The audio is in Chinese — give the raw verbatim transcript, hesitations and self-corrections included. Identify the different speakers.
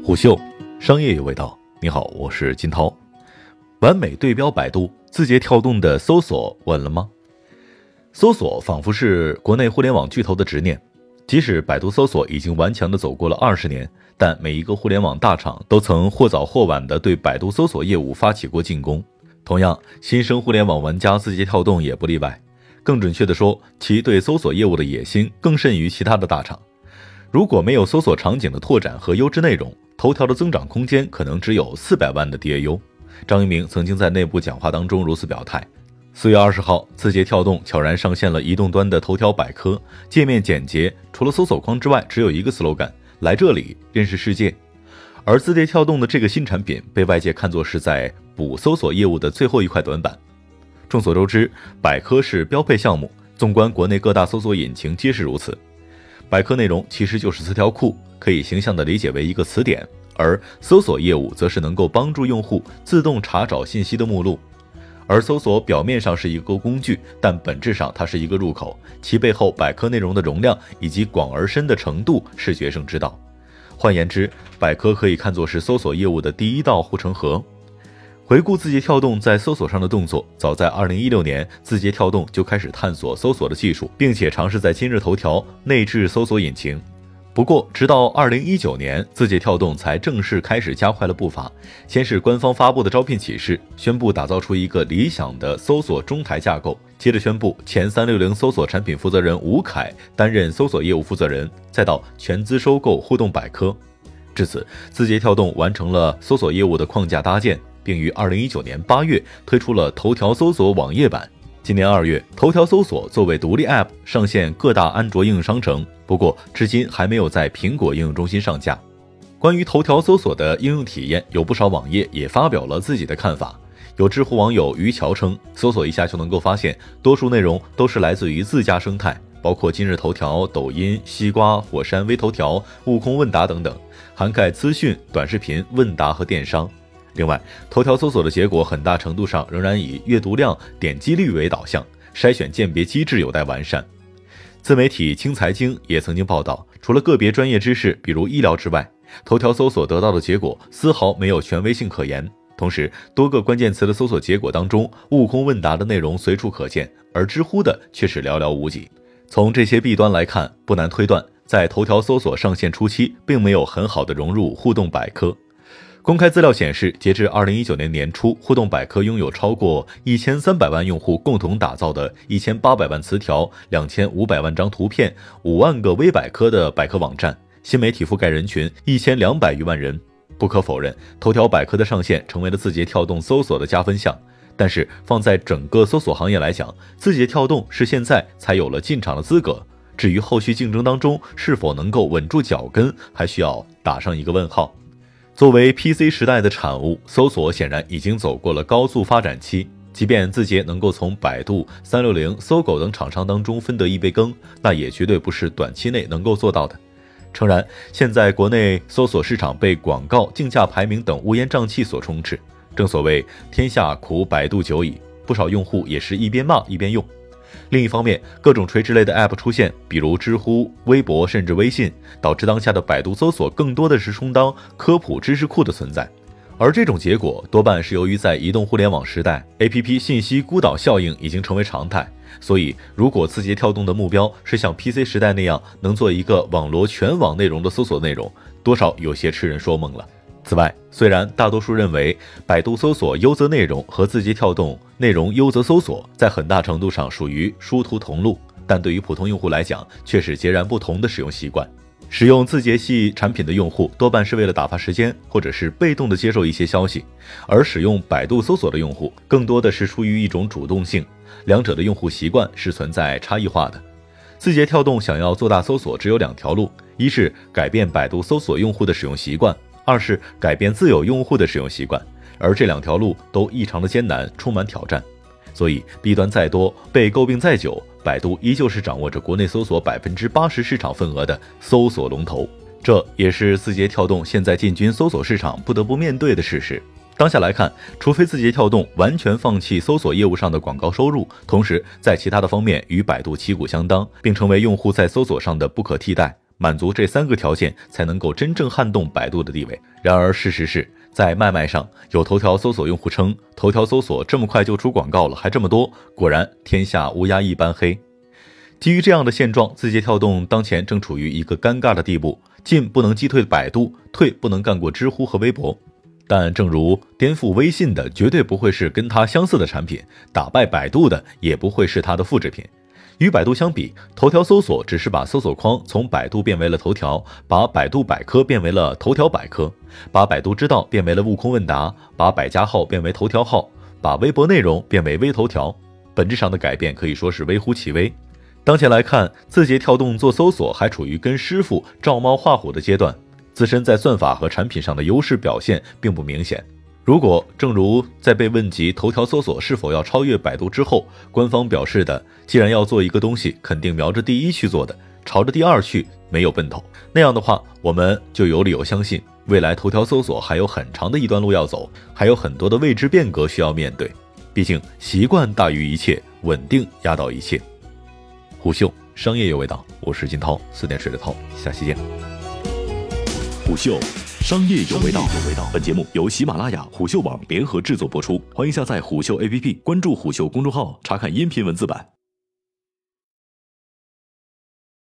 Speaker 1: 虎嗅，商业有味道。你好，我是金涛。完美对标百度，字节跳动的搜索稳了吗？搜索仿佛是国内互联网巨头的执念，即使百度搜索已经顽强地走过了二十年，但每一个互联网大厂都曾或早或晚地对百度搜索业务发起过进攻。同样，新生互联网玩家字节跳动也不例外。更准确地说，其对搜索业务的野心更甚于其他的大厂。如果没有搜索场景的拓展和优质内容，头条的增长空间可能只有四百万的 D A U。 张一鸣曾经在内部讲话当中如此表态。四月二十号，字节跳动悄然上线了移动端的头条百科，界面简洁，除了搜索框之外只有一个 slogan： 来这里认识世界。而字节跳动的这个新产品被外界看作是在补搜索业务的最后一块短板。众所周知，百科是标配项目，纵观国内各大搜索引擎皆是如此。百科内容其实就是词条库，可以形象地理解为一个词典，而搜索业务则是能够帮助用户自动查找信息的目录。而搜索表面上是一个工具，但本质上它是一个入口，其背后百科内容的容量以及广而深的程度是决胜之道。换言之，百科可以看作是搜索业务的第一道护城河。回顾字节跳动在搜索上的动作，早在二零一六年，字节跳动就开始探索搜索的技术，并且尝试在今日头条内置搜索引擎。不过，直到二零一九年，字节跳动才正式开始加快了步伐。先是官方发布的招聘启事，宣布打造出一个理想的搜索中台架构，接着宣布前三六零搜索产品负责人吴凯担任搜索业务负责人，再到全资收购互动百科。至此，字节跳动完成了搜索业务的框架搭建，并于二零一九年八月推出了头条搜索网页版。今年二月，头条搜索作为独立 App 上线各大安卓应用商城，不过至今还没有在苹果应用中心上架。关于头条搜索的应用体验，有不少网页也发表了自己的看法。有知乎网友于桥称，搜索一下就能够发现，多数内容都是来自于自家生态，包括今日头条、抖音、西瓜、火山微头条、悟空问答等等，涵盖资讯、短视频、问答和电商。另外，头条搜索的结果很大程度上仍然以阅读量、点击率为导向，筛选鉴别机制有待完善。自媒体轻财经也曾经报道，除了个别专业知识，比如医疗之外，头条搜索得到的结果丝毫没有权威性可言。同时，多个关键词的搜索结果当中，悟空问答的内容随处可见，而知乎的却是寥寥无几。从这些弊端来看，不难推断，在头条搜索上线初期，并没有很好的融入互动百科。公开资料显示，截至二零一九年年初，互动百科拥有超过一千三百万用户共同打造的一千八百万词条、两千五百万张图片、五万个微百科的百科网站，新媒体覆盖人群一千两百余万人。不可否认，头条百科的上线成为了字节跳动搜索的加分项。但是放在整个搜索行业来讲，字节跳动是现在才有了进场的资格。至于后续竞争当中是否能够稳住脚跟，还需要打上一个问号。作为 P C 时代的产物，搜索显然已经走过了高速发展期。即便字节能够从百度、三六零、搜狗等厂商当中分得一杯羹，那也绝对不是短期内能够做到的。诚然，现在国内搜索市场被广告、竞价排名等乌烟瘴气所充斥，正所谓天下苦百度久矣，不少用户也是一边骂一边用。另一方面，各种垂直类的 App 出现，比如知乎、微博甚至微信，导致当下的百度搜索更多的是充当科普知识库的存在。而这种结果多半是由于在移动互联网时代， A P P 信息孤岛效应已经成为常态。所以如果字节跳动的目标是像 P C 时代那样能做一个网罗全网内容的搜索内容，多少有些痴人说梦了。此外，虽然大多数认为百度搜索优则内容和字节跳动内容优则搜索在很大程度上属于殊途同路，但对于普通用户来讲却是截然不同的使用习惯。使用字节系产品的用户多半是为了打发时间，或者是被动的接受一些消息，而使用百度搜索的用户更多的是出于一种主动性，两者的用户习惯是存在差异化的。字节跳动想要做大搜索只有两条路，一是改变百度搜索用户的使用习惯，二是改变自有用户的使用习惯，而这两条路都异常的艰难，充满挑战。所以弊端再多，被诟病再久，百度依旧是掌握着国内搜索百分之八十市场份额的搜索龙头，这也是字节跳动现在进军搜索市场不得不面对的事实。当下来看，除非字节跳动完全放弃搜索业务上的广告收入，同时在其他的方面与百度旗鼓相当，并成为用户在搜索上的不可替代， 满足这三个条件才能够真正撼动百度的地位。然而事实是，在卖卖上，有头条搜索用户称，头条搜索这么快就出广告了，还这么多，果然天下乌鸦一般黑。基于这样的现状，字节跳动当前正处于一个尴尬的地步，进不能击退百度，退不能干过知乎和微博。但正如颠覆微信的绝对不会是跟它相似的产品，打败百度的也不会是它的复制品。与百度相比，头条搜索只是把搜索框从百度变为了头条，把百度百科变为了头条百科，把百度知道变为了悟空问答，把百家号变为头条号，把微博内容变为微头条。本质上的改变可以说是微乎其微。当前来看，字节跳动做搜索还处于跟师傅照猫画虎的阶段，自身在算法和产品上的优势表现并不明显。如果正如在被问及头条搜索是否要超越百度之后，官方表示的，既然要做一个东西，肯定瞄着第一去做的，朝着第二去没有奔头，那样的话，我们就有理由相信，未来头条搜索还有很长的一段路要走，还有很多的未知变革需要面对。毕竟习惯大于一切，稳定压倒一切。虎嗅商业有味道，我是金涛，四点水的涛，下期见。
Speaker 2: 虎嗅商业有味道，本节目由喜马拉雅、虎嗅网联合制作播出，欢迎下载虎嗅 A P P， 关注虎嗅公众号，查看音频文字版。